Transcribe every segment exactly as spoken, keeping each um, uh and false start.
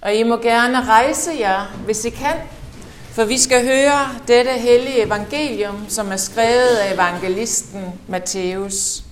Og I må gerne rejse jer, hvis I kan, for vi skal høre dette hellige evangelium, som er skrevet af evangelisten Matthæus.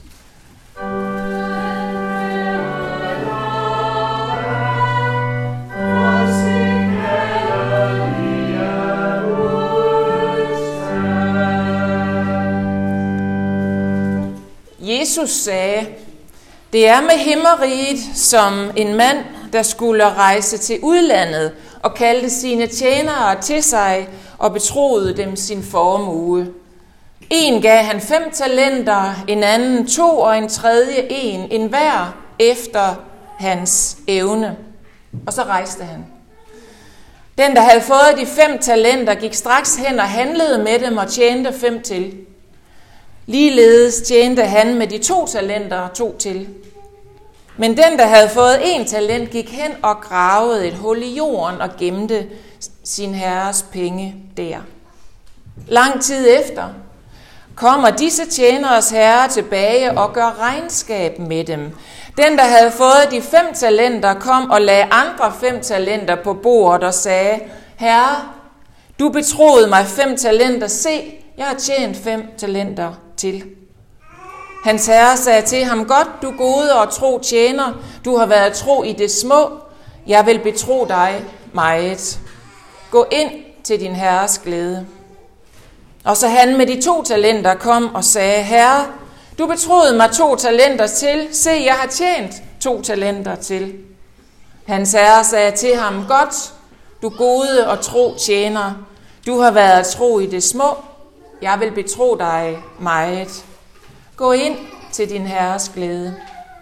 Jesus sagde, det er med himmeriget som en mand, der skulle rejse til udlandet og kaldte sine tjenere til sig og betroede dem sin formue. En gav han fem talenter, en anden to og en tredje en, en hver efter hans evne. Og så rejste han. Den, der havde fået de fem talenter, gik straks hen og handlede med dem og tjente fem til. Ligeledes tjente han med de to talenter to til. Men den, der havde fået en talent, gik hen og gravede et hul i jorden og gemte sin herres penge der. Lang tid efter kommer disse tjeneres herre tilbage og gør regnskab med dem. Den, der havde fået de fem talenter, kom og lagde andre fem talenter på bordet og sagde, Herre, du betroede mig fem talenter, se, jeg har tjent fem talenter til. Hans herre sagde til ham, godt, du gode og tro tjener, du har været tro i det små, jeg vil betro dig meget. Gå ind til din herres glæde. Og så han med de to talenter kom og sagde, Herre, du betroede mig to talenter til, se, jeg har tjent to talenter til. Hans herre sagde til ham, godt, du gode og tro tjener, du har været tro i det små, jeg vil betro dig meget. Gå ind til din herres glæde.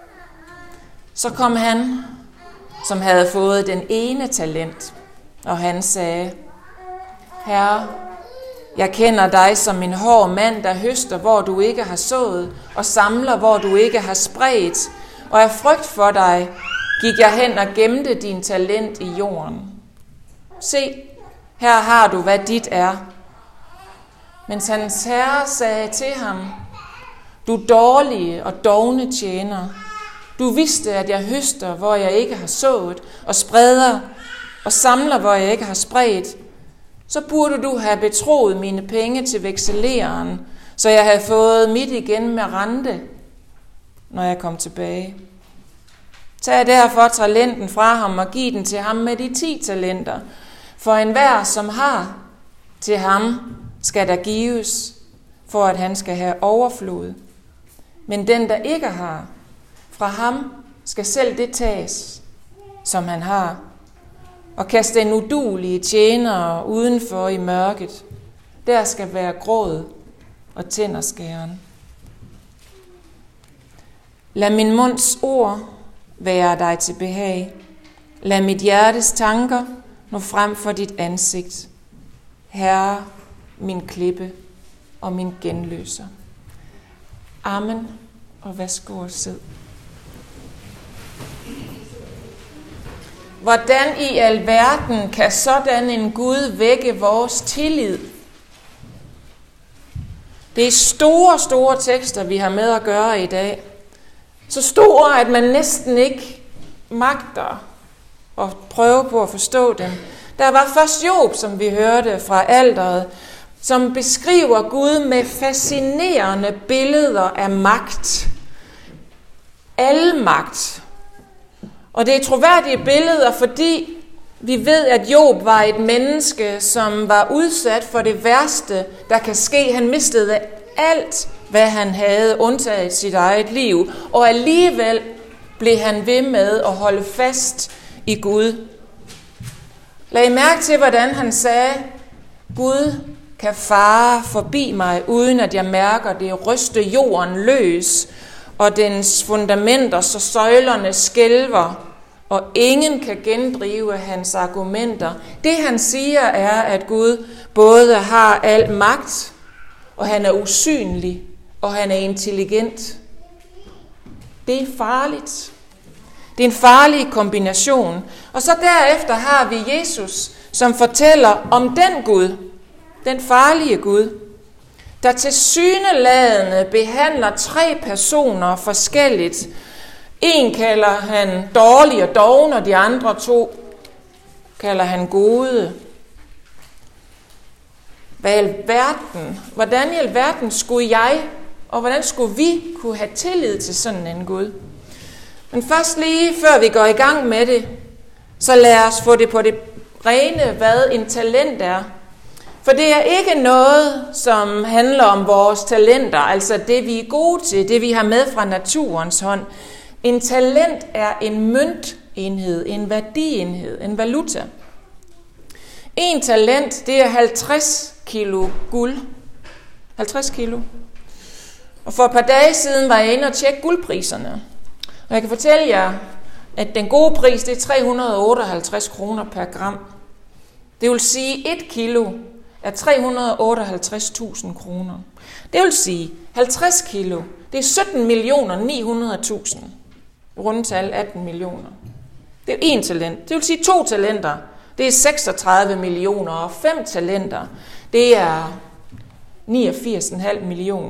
Så kom han, som havde fået den ene talent, og han sagde, Herre, jeg kender dig som en hård mand, der høster, hvor du ikke har sået, og samler, hvor du ikke har spredt, og af frygt for dig gik jeg hen og gemte din talent i jorden. Se, her har du, hvad dit er. Men hans herre sagde til ham, du dårlige og dovne tjener, du vidste, at jeg høster, hvor jeg ikke har sået, og spreder og samler, hvor jeg ikke har spredt. Så burde du have betroet mine penge til vekseleren, så jeg havde fået mit igen med rente, når jeg kom tilbage. Tag derfor talenten fra ham og giv den til ham med de ti talenter, for enhver, som har, til ham skal der gives, for at han skal have overflod. Men den, der ikke har, fra ham skal selv det tages, som han har, og kaste den uduelige tjenere udenfor i mørket. Der skal være gråd og tænderskæren. Lad min munds ord være dig til behag. Lad mit hjertes tanker nå frem for dit ansigt. Herre, min klippe og min genløser. Amen, og værsgo og sid. Hvordan i alverden kan sådan en Gud vække vores tillid? Det er store, store tekster, vi har med at gøre i dag. Så store, at man næsten ikke magter at prøve på at forstå dem. Der var først Job, som vi hørte fra alteret, som beskriver Gud med fascinerende billeder af magt. Almagt. Og det er troværdige billeder, fordi vi ved, at Job var et menneske, som var udsat for det værste, der kan ske. Han mistede alt, hvad han havde, undtaget sit eget liv. Og alligevel blev han ved med at holde fast i Gud. Lag mærke til, hvordan han sagde, Gud kan fare forbi mig, uden at jeg mærker det, ryste jorden løs, og dens fundamenter, så søjlerne skælver, og ingen kan gendrive hans argumenter. Det han siger er, at Gud både har al magt, og han er usynlig, og han er intelligent. Det er farligt. Det er en farlig kombination. Og så derefter har vi Jesus, som fortæller om den Gud, den farlige Gud, der tilsyneladende behandler tre personer forskelligt. En kalder han dårlig og doven, og de andre to kalder han gode. Hvad i alverden? Hvordan i alverden skulle jeg, og hvordan skulle vi kunne have tillid til sådan en Gud? Men først lige før vi går i gang med det, så lad os få det på det rene, hvad en talent er. For det er ikke noget, som handler om vores talenter, altså det vi er gode til, det vi har med fra naturens hånd. En talent er en møntenhed, en værdienhed, en valuta. En talent, det er halvtreds kilo guld. halvtreds kilo. Og for et par dage siden var jeg inde og tjekke guldpriserne. Og jeg kan fortælle jer, at den gode pris, det er tre hundrede og otteoghalvtreds kroner per gram. Det vil sige, et kilo er tre hundrede og otteoghalvtreds tusind kroner. Det vil sige, halvtreds kilo, det er sytten millioner ni hundrede tusind. Rundetal atten millioner. Det er én talent. Det vil sige, to talenter, det er seksogtredive millioner, og fem talenter, det er niogfirs komma fem millioner.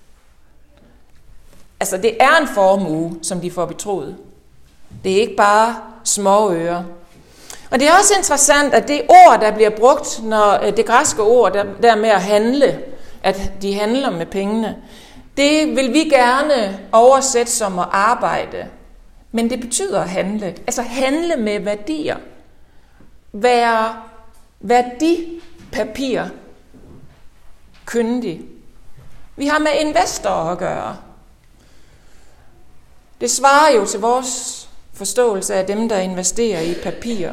Altså, det er en formue, som de får betroet. Det er ikke bare små ører. Og det er også interessant, at det ord, der bliver brugt, når det græske ord, der, der med at handle, at de handler med pengene, det vil vi gerne oversætte som at arbejde. Men det betyder at handle. Altså handle med værdier. Være værdipapir kyndig. Vi har med investorer at gøre. Det svarer jo til vores forståelse af dem, der investerer i papirer.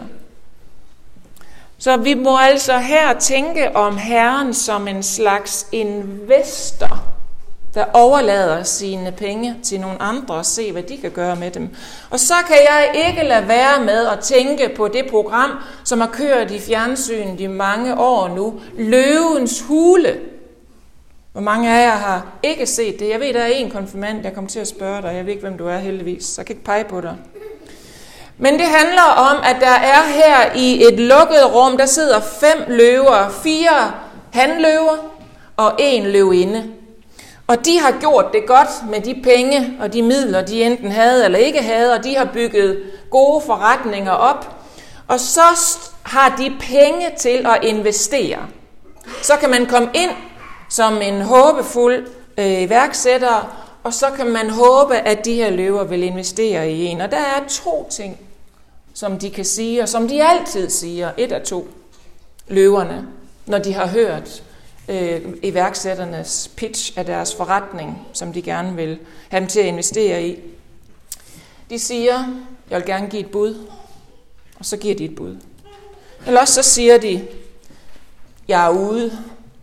Så vi må altså her tænke om Herren som en slags investor, der overlader sine penge til nogle andre og se, hvad de kan gøre med dem. Og så kan jeg ikke lade være med at tænke på det program, som har kørt i fjernsynet i mange år nu, Løvens Hule. Hvor mange af jer har ikke set det? Jeg ved, der er en konfirmand, jeg kommer til at spørge dig. Jeg ved ikke, hvem du er heldigvis, så jeg kan ikke pege på dig. Men det handler om, at der er her i et lukket rum, der sidder fem løver, fire hanløver og en løvinde. Og de har gjort det godt med de penge og de midler, de enten havde eller ikke havde, og de har bygget gode forretninger op. Og så har de penge til at investere. Så kan man komme ind som en håbefuld øh, iværksætter, og så kan man håbe, at de her løver vil investere i en. Og der er to ting, som de kan sige, og som de altid siger, et af to, løverne, når de har hørt øh, iværksætternes pitch af deres forretning, som de gerne vil have dem til at investere i. De siger, jeg vil gerne give et bud, og så giver de et bud. Eller også så siger de, jeg er ude.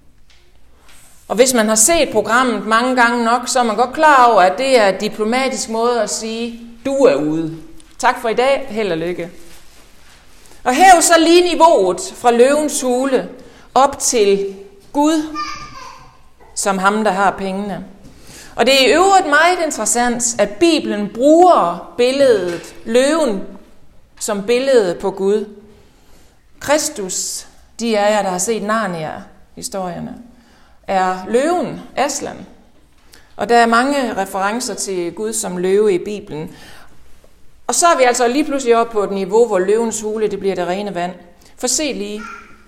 Og hvis man har set programmet mange gange nok, så er man godt klar over, at det er en diplomatisk måde at sige, du er ude. Tak for i dag, held og lykke. Og hæv så lige niveauet fra Løvens Hule op til Gud, som ham, der har pengene. Og det er i øvrigt meget interessant, at Bibelen bruger billedet, løven, som billede på Gud. Kristus, de er jer, der har set Narnia-historierne, er løven, Aslan. Og der er mange referencer til Gud som løve i Bibelen. Og så er vi altså lige pludselig oppe på et niveau, hvor Løvens Hule, det bliver det rene vand. For se lige.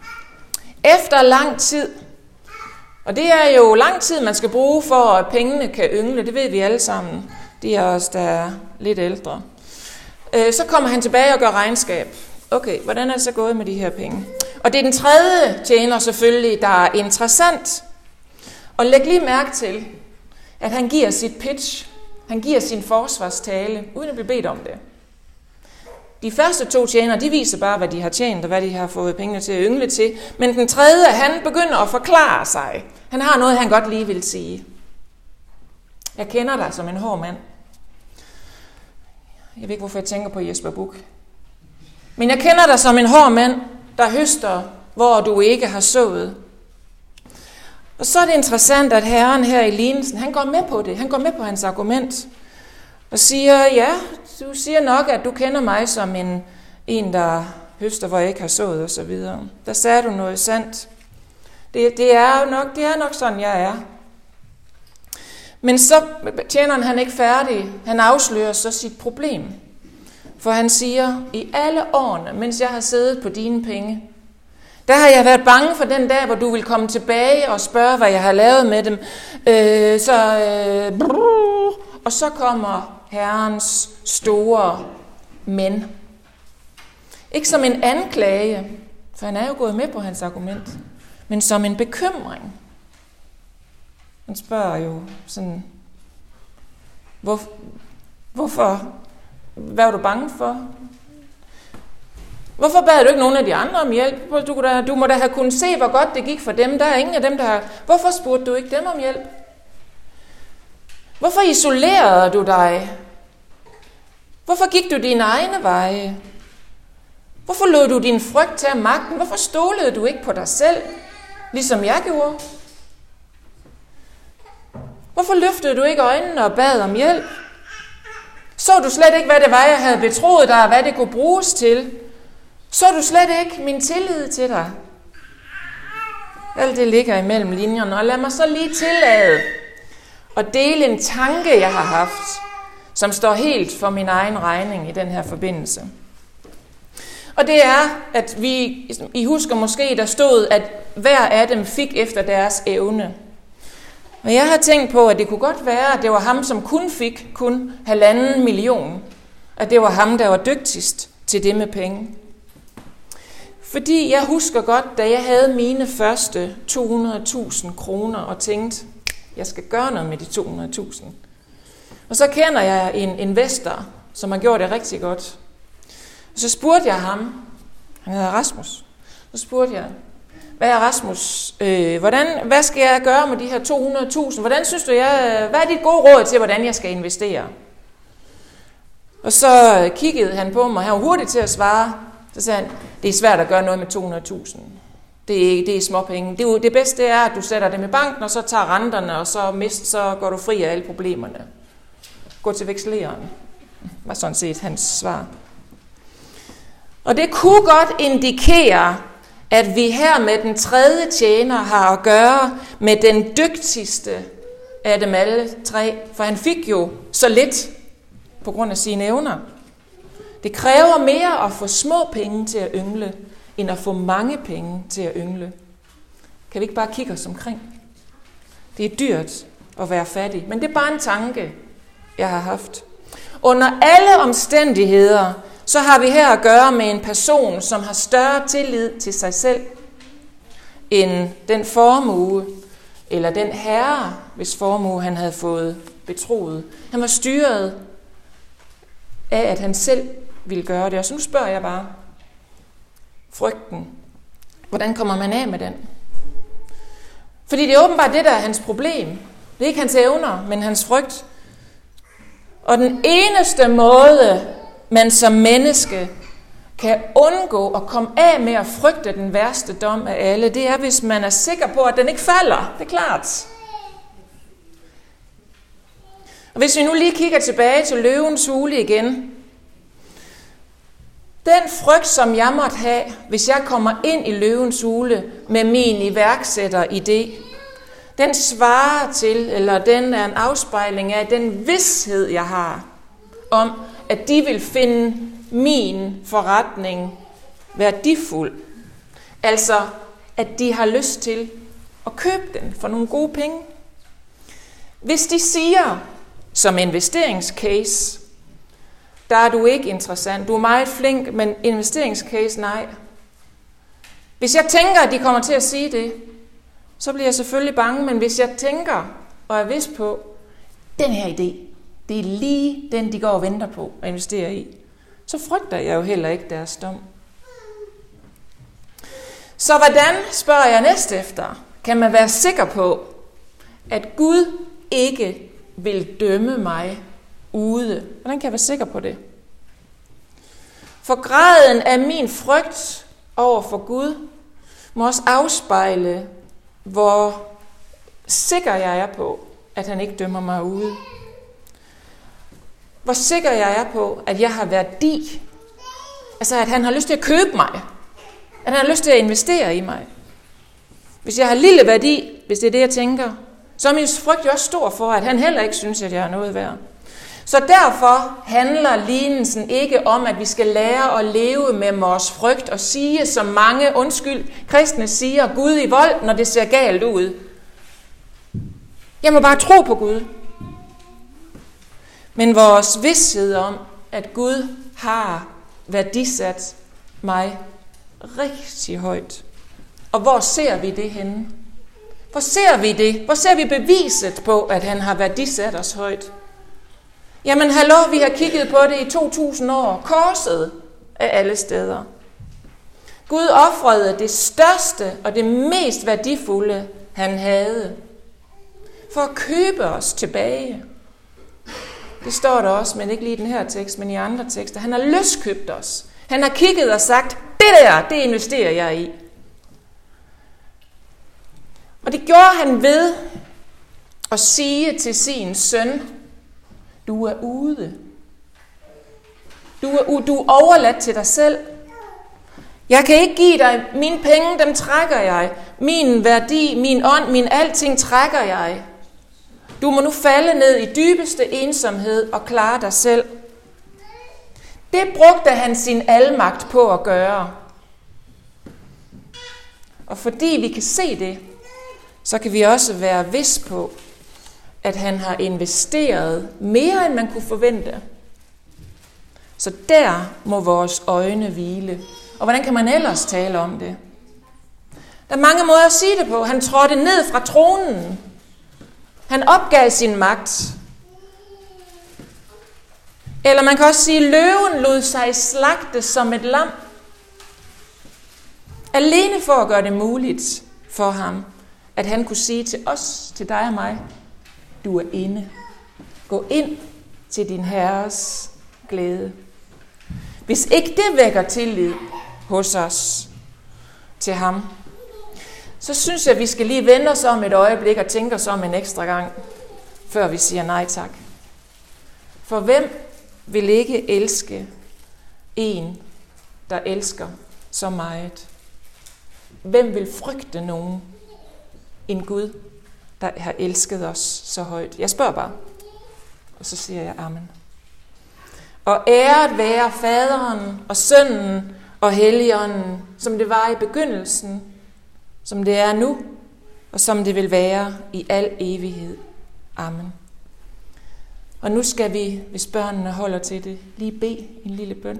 Efter lang tid, og det er jo lang tid, man skal bruge for, at pengene kan yngle, det ved vi alle sammen. De er os, der er lidt ældre. Så kommer han tilbage og gør regnskab. Okay, hvordan er det så gået med de her penge? Og det er den tredje tjener selvfølgelig, der er interessant. Og læg lige mærke til, at han giver sit pitch, han giver sin forsvarstale, uden at blive bedt om det. De første to tjenere, de viser bare, hvad de har tjent, og hvad de har fået pengene til at yngle til. Men den tredje, han begynder at forklare sig. Han har noget, han godt lige vil sige. Jeg kender dig som en hård mand. Jeg ved ikke, hvorfor jeg tænker på Jesper Buch. Men jeg kender dig som en hård mand, der høster, hvor du ikke har sået. Og så er det interessant, at Herren her i lignelsen, han går med på det. Han går med på hans argument. Og siger, ja, du siger nok, at du kender mig som en, en der høster, hvor jeg ikke har sået osv. Der sagde du noget sandt. Det, det, er nok, det er nok sådan, jeg er. Men så tjener han ikke færdig. Han afslører så sit problem. For han siger, i alle årene, mens jeg har siddet på dine penge, der har jeg været bange for den dag, hvor du vil komme tilbage og spørge, hvad jeg har lavet med dem. Øh, så, øh, brrr, og så kommer Herrens store men. Ikke som en anklage, for han er jo gået med på hans argument, men som en bekymring. Han spørger jo sådan, hvor, hvorfor, hvad var du bange for? Hvorfor bad du ikke nogen af de andre om hjælp? Du, da, du må da have kunnet se, hvor godt det gik for dem. Der er ingen af dem, der har... Hvorfor spurgte du ikke dem om hjælp? Hvorfor isolerede du dig? Hvorfor gik du dine egne veje? Hvorfor lod du din frygt tage magten? Hvorfor stolede du ikke på dig selv, ligesom jeg gjorde? Hvorfor løftede du ikke øjnene og bad om hjælp? Så du slet ikke, hvad det var, jeg havde betroet dig, og hvad det kunne bruges til? Så du slet ikke min tillid til dig? Alt det ligger imellem linjerne, og lad mig så lige tillade og dele en tanke, jeg har haft, som står helt for min egen regning i den her forbindelse. Og det er, at vi, I husker måske, der stod, at hver af dem fik efter deres evne. Og jeg har tænkt på, at det kunne godt være, at det var ham, som kun fik kun halvanden million. At det var ham, der var dygtigst til det med penge. Fordi jeg husker godt, da jeg havde mine første to hundrede tusind kroner og tænkte, jeg skal gøre noget med de to hundrede tusind. Og så kender jeg en investor, som har gjort det rigtig godt. Og så spurgte jeg ham, han hedder Rasmus, så spurgte jeg, hvad er Rasmus, øh, hvordan, hvad skal jeg gøre med de her to hundrede tusind? Hvordan synes du, jeg, hvad er dit gode råd til, hvordan jeg skal investere? Og så kiggede han på mig, og han var hurtig til at svare. Så sagde han, det er svært at gøre noget med to hundrede tusind. Det er, det er småpenge. Det, det bedste er, at du sætter dem i banken, og så tager renterne, og så, mist, så går du fri af alle problemerne. Gå til veksleren, var sådan set hans svar. Og det kunne godt indikere, at vi her med den tredje tjener har at gøre med den dygtigste af dem alle tre. For han fik jo så lidt på grund af sine evner. Det kræver mere at få små penge til at yngle, end at få mange penge til at yngle. Kan vi ikke bare kigge os omkring? Det er dyrt at være fattig, men det er bare en tanke, jeg har haft. Under alle omstændigheder, så har vi her at gøre med en person, som har større tillid til sig selv, end den formue, eller den herre, hvis formue han havde fået betroet. Han var styret af, at han selv ville gøre det. Og så nu spørger jeg bare, frygten, hvordan kommer man af med den? Fordi det er åbenbart det, der er hans problem. Det er ikke hans evner, men hans frygt. Og den eneste måde, man som menneske kan undgå at komme af med at frygte den værste dom af alle, det er, hvis man er sikker på, at den ikke falder. Det er klart. Og hvis vi nu lige kigger tilbage til løvens hule igen. Den frygt, som jeg måtte have, hvis jeg kommer ind i løvens hule med min iværksætter-idé, den svarer til, eller den er en afspejling af den vished, jeg har om, at de vil finde min forretning værdifuld. Altså, at de har lyst til at købe den for nogle gode penge. Hvis de siger, som investeringscase, der er du ikke interessant, du er meget flink, men investeringscase, nej. Hvis jeg tænker, at de kommer til at sige det, så bliver jeg selvfølgelig bange, men hvis jeg tænker og er vidst på, den her idé, det er lige den, de går og venter på at investere i, så frygter jeg jo heller ikke deres dom. Så hvordan, spørger jeg næste efter, kan man være sikker på, at Gud ikke vil dømme mig ude? Hvordan kan jeg være sikker på det? For graden af min frygt over for Gud må også afspejle, hvor sikker jeg er på, at han ikke dømmer mig ude. Hvor sikker jeg er på, at jeg har værdi. Altså, at han har lyst til at købe mig. At han har lyst til at investere i mig. Hvis jeg har lille værdi, hvis det er det, jeg tænker, så er min frygt jo også stor for, at han heller ikke synes, at jeg er noget værd. Så derfor handler lignelsen ikke om, at vi skal lære at leve med vores frygt og sige, som mange, undskyld, kristne siger, Gud i vold, når det ser galt ud. Jeg må bare tro på Gud. Men vores vidsthed om, at Gud har værdisat mig rigtig højt. Og hvor ser vi det henne? Hvor ser vi det? Hvor ser vi beviset på, at han har værdisat os højt? Jamen hallo, vi har kigget på det i to tusind år. Korset af alle steder. Gud ofrede det største og det mest værdifulde, han havde, for at købe os tilbage. Det står der også, men ikke lige i den her tekst, men i andre tekster. Han har løskøbt os. Han har kigget og sagt, det der, det investerer jeg i. Og det gjorde han ved at sige til sin søn, du er ude. Du er, du er overladt til dig selv. Jeg kan ikke give dig mine penge, dem trækker jeg. Min værdi, min ånd, min alting trækker jeg. Du må nu falde ned i dybeste ensomhed og klare dig selv. Det brugte han sin almagt på at gøre. Og fordi vi kan se det, så kan vi også være vis på, at han har investeret mere, end man kunne forvente. Så der må vores øjne hvile. Og hvordan kan man ellers tale om det? Der er mange måder at sige det på. Han trådte ned fra tronen. Han opgav sin magt. Eller man kan også sige, at løven lod sig slagte som et lam. Alene for at gøre det muligt for ham, at han kunne sige til os, til dig og mig, du er inde. Gå ind til din Herres glæde. Hvis ikke det vækker tillid hos os til ham, så synes jeg, at vi skal lige vende os om et øjeblik og tænke os om en ekstra gang, før vi siger nej tak. For hvem vil ikke elske en, der elsker så meget? Hvem vil frygte nogen? En Gud, der har elsket os så højt. Jeg spørger bare, og så siger jeg amen. Og æret være faderen og sønnen og helligånden, som det var i begyndelsen, som det er nu, og som det vil være i al evighed. Amen. Og nu skal vi, hvis børnene holder til det, lige bede en lille bøn.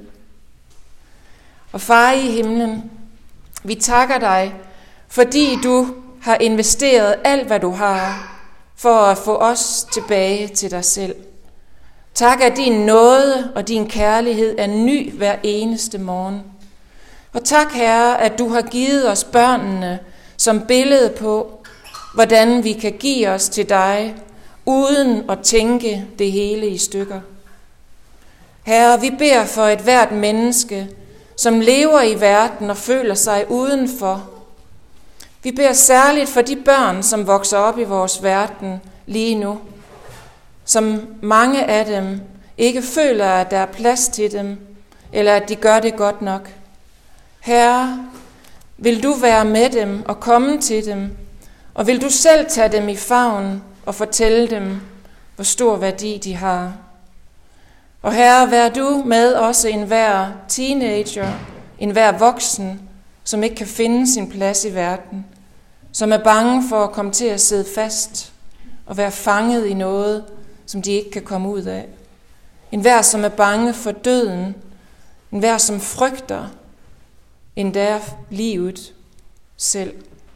Og far i himlen, vi takker dig, fordi du har investeret alt, hvad du har, for at få os tilbage til dig selv. Tak, at din nåde og din kærlighed er ny hver eneste morgen. Og tak, Herre, at du har givet os børnene som billede på, hvordan vi kan give os til dig, uden at tænke det hele i stykker. Herre, vi beder for et hvert menneske, som lever i verden og føler sig udenfor. Vi beder særligt for de børn, som vokser op i vores verden lige nu, som mange af dem ikke føler, at der er plads til dem, eller at de gør det godt nok. Herre, vil du være med dem og komme til dem, og vil du selv tage dem i favn og fortælle dem, hvor stor værdi de har. Og Herre, vær du med også enhver teenager, enhver voksen, som ikke kan finde sin plads i verden, som er bange for at komme til at sidde fast og være fanget i noget, som de ikke kan komme ud af. Enhver, som er bange for døden, enhver, som frygter endda livet selv.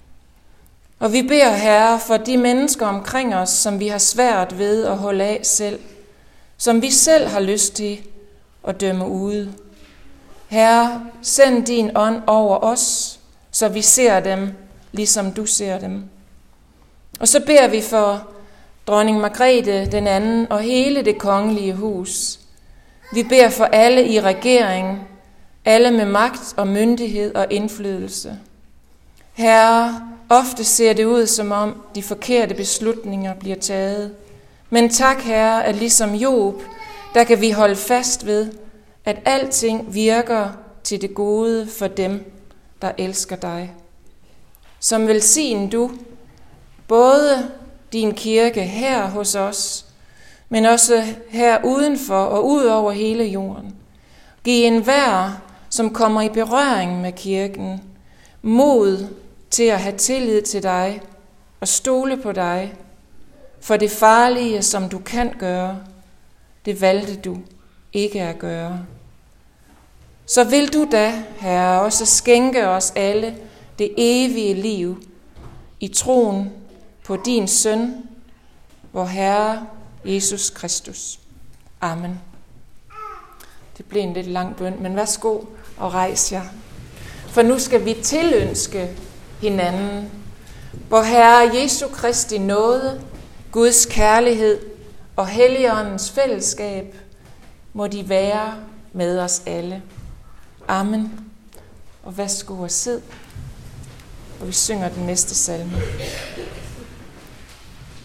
Og vi beder, Herre, for de mennesker omkring os, som vi har svært ved at holde af selv, som vi selv har lyst til at dømme ude. Herre, send din ånd over os, så vi ser dem, ligesom du ser dem. Og så beder vi for dronning Margrethe den anden og hele det kongelige hus. Vi beder for alle i regeringen, alle med magt og myndighed og indflydelse. Herre, ofte ser det ud, som om de forkerte beslutninger bliver taget. Men tak, Herre, at ligesom Job, der kan vi holde fast ved, at alting virker til det gode for dem, der elsker dig. Som velsign du både din kirke her hos os, men også her udenfor og ud over hele jorden. Giv enhver, som kommer i berøring med kirken, mod til at have tillid til dig og stole på dig, for det farlige, som du kan gøre, det valgte du ikke at gøre. Så vil du da, Herre, også skænke os alle det evige liv i troen på din søn, vor Herre Jesus Kristus. Amen. Det blev en lidt lang bøn, men værsgo og rejs jer. For nu skal vi tilønske hinanden, hvor Herre Jesu Kristi nåde, Guds kærlighed og Helligåndens fællesskab, må de være med os alle. Amen. Og værsgo og sid, og vi synger den næste salme.